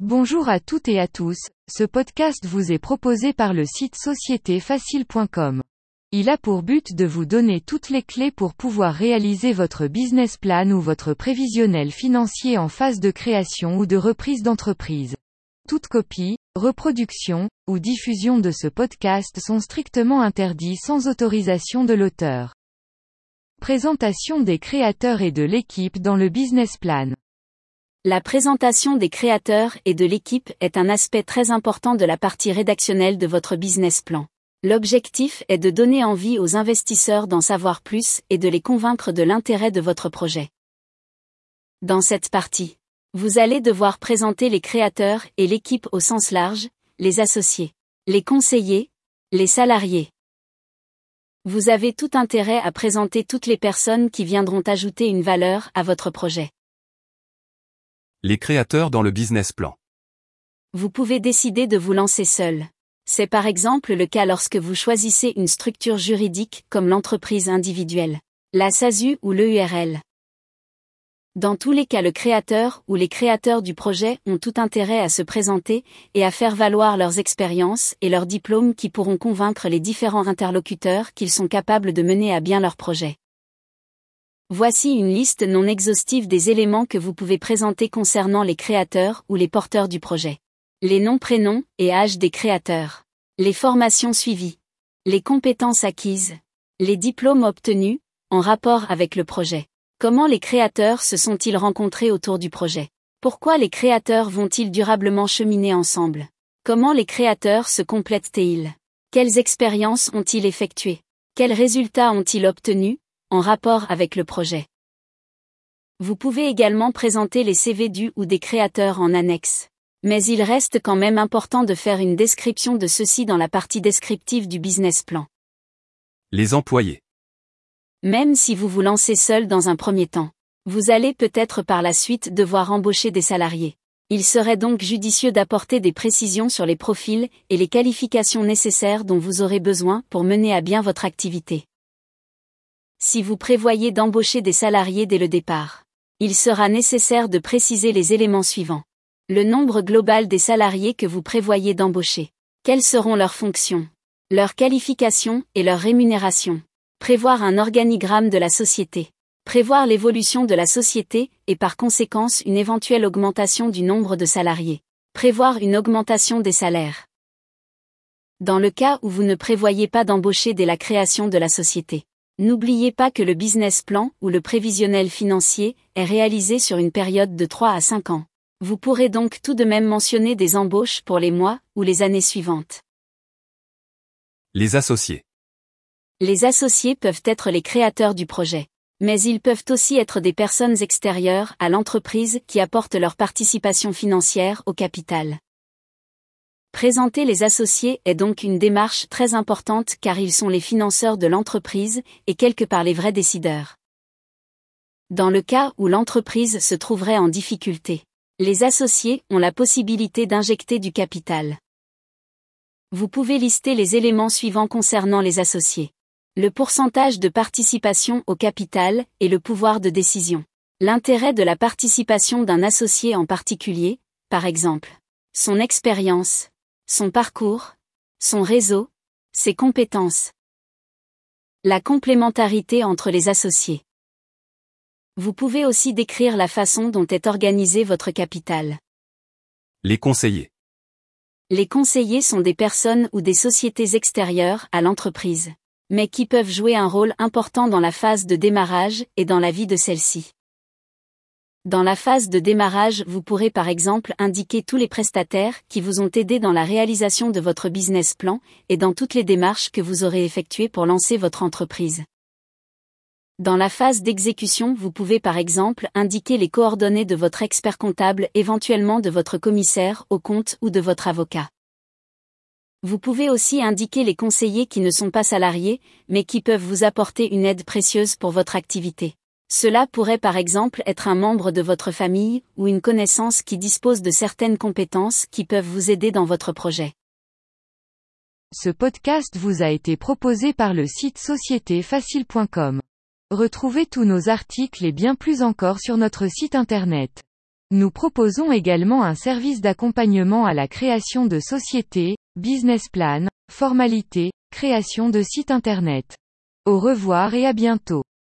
Bonjour à toutes et à tous, ce podcast vous est proposé par le site sociétéfacile.com. Il a pour but de vous donner toutes les clés pour pouvoir réaliser votre business plan ou votre prévisionnel financier en phase de création ou de reprise d'entreprise. Toute copie, reproduction, ou diffusion de ce podcast sont strictement interdits sans autorisation de l'auteur. Présentation des créateurs et de l'équipe dans le business plan. La présentation des créateurs et de l'équipe est un aspect très important de la partie rédactionnelle de votre business plan. L'objectif est de donner envie aux investisseurs d'en savoir plus et de les convaincre de l'intérêt de votre projet. Dans cette partie, vous allez devoir présenter les créateurs et l'équipe au sens large, les associés, les conseillers, les salariés. Vous avez tout intérêt à présenter toutes les personnes qui viendront ajouter une valeur à votre projet. Les créateurs dans le business plan. Vous pouvez décider de vous lancer seul. C'est par exemple le cas lorsque vous choisissez une structure juridique comme l'entreprise individuelle, la SASU ou l'EURL. Dans tous les cas, le créateur ou les créateurs du projet ont tout intérêt à se présenter et à faire valoir leurs expériences et leurs diplômes qui pourront convaincre les différents interlocuteurs qu'ils sont capables de mener à bien leur projet. Voici une liste non exhaustive des éléments que vous pouvez présenter concernant les créateurs ou les porteurs du projet. Les noms, prénoms et âges des créateurs. Les formations suivies. Les compétences acquises. Les diplômes obtenus, en rapport avec le projet. Comment les créateurs se sont-ils rencontrés autour du projet? Pourquoi les créateurs vont-ils durablement cheminer ensemble? Comment les créateurs se complètent-ils? Quelles expériences ont-ils effectuées? Quels résultats ont-ils obtenus, en rapport avec le projet? Vous pouvez également présenter les CV du ou des créateurs en annexe. Mais il reste quand même important de faire une description de ceux-ci dans la partie descriptive du business plan. Les employés. Même si vous vous lancez seul dans un premier temps, vous allez peut-être par la suite devoir embaucher des salariés. Il serait donc judicieux d'apporter des précisions sur les profils et les qualifications nécessaires dont vous aurez besoin pour mener à bien votre activité. Si vous prévoyez d'embaucher des salariés dès le départ, il sera nécessaire de préciser les éléments suivants. Le nombre global des salariés que vous prévoyez d'embaucher. Quelles seront leurs fonctions, leurs qualifications et leur rémunération. Prévoir un organigramme de la société. Prévoir l'évolution de la société et par conséquence une éventuelle augmentation du nombre de salariés. Prévoir une augmentation des salaires. Dans le cas où vous ne prévoyez pas d'embaucher dès la création de la société, n'oubliez pas que le business plan ou le prévisionnel financier est réalisé sur une période de 3 à 5 ans. Vous pourrez donc tout de même mentionner des embauches pour les mois ou les années suivantes. Les associés. Les associés peuvent être les créateurs du projet. Mais ils peuvent aussi être des personnes extérieures à l'entreprise qui apportent leur participation financière au capital. Présenter les associés est donc une démarche très importante car ils sont les financeurs de l'entreprise et quelque part les vrais décideurs. Dans le cas où l'entreprise se trouverait en difficulté, les associés ont la possibilité d'injecter du capital. Vous pouvez lister les éléments suivants concernant les associés. Le pourcentage de participation au capital et le pouvoir de décision. L'intérêt de la participation d'un associé en particulier, par exemple, son expérience, son parcours, son réseau, ses compétences. La complémentarité entre les associés. Vous pouvez aussi décrire la façon dont est organisé votre capital. Les conseillers. Les conseillers sont des personnes ou des sociétés extérieures à l'entreprise, mais qui peuvent jouer un rôle important dans la phase de démarrage et dans la vie de celle-ci. Dans la phase de démarrage, vous pourrez par exemple indiquer tous les prestataires qui vous ont aidé dans la réalisation de votre business plan et dans toutes les démarches que vous aurez effectuées pour lancer votre entreprise. Dans la phase d'exécution, vous pouvez par exemple indiquer les coordonnées de votre expert comptable, éventuellement de votre commissaire aux comptes ou de votre avocat. Vous pouvez aussi indiquer les conseillers qui ne sont pas salariés, mais qui peuvent vous apporter une aide précieuse pour votre activité. Cela pourrait par exemple être un membre de votre famille ou une connaissance qui dispose de certaines compétences qui peuvent vous aider dans votre projet. Ce podcast vous a été proposé par le site sociétéfacile.com. Retrouvez tous nos articles et bien plus encore sur notre site internet. Nous proposons également un service d'accompagnement à la création de sociétés, business plan, formalités, création de sites internet. Au revoir et à bientôt.